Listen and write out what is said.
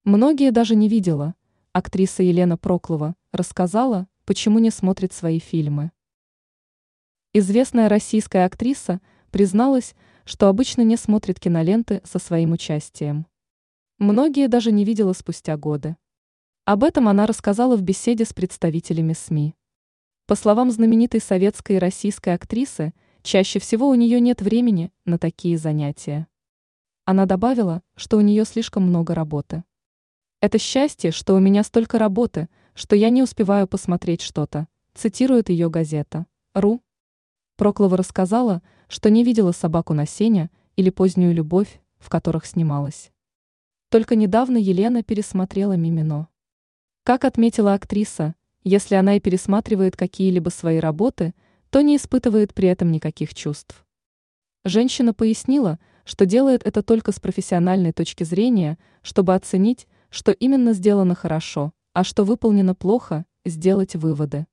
Многие даже не видела. Актриса Елена Проклова рассказала, почему не смотрит свои фильмы. Известная российская актриса призналась, что обычно не смотрит киноленты со своим участием. Многие даже не видела спустя годы. Об этом она рассказала в беседе с представителями СМИ. По словам знаменитой советской и российской актрисы, чаще всего у нее нет времени на такие занятия. Она добавила, что у нее слишком много работы. «Это счастье, что у меня столько работы, что я не успеваю посмотреть что-то», цитирует ее газета.ру. Проклова рассказала, что не видела «Собаку на сене» или «Позднюю любовь», в которых снималась. Только недавно Елена пересмотрела «Мимино». Как отметила актриса, если она и пересматривает какие-либо свои работы, то не испытывает при этом никаких чувств. Женщина пояснила, что делает это только с профессиональной точки зрения, чтобы оценить, что именно сделано хорошо, а что выполнено плохо, сделать выводы.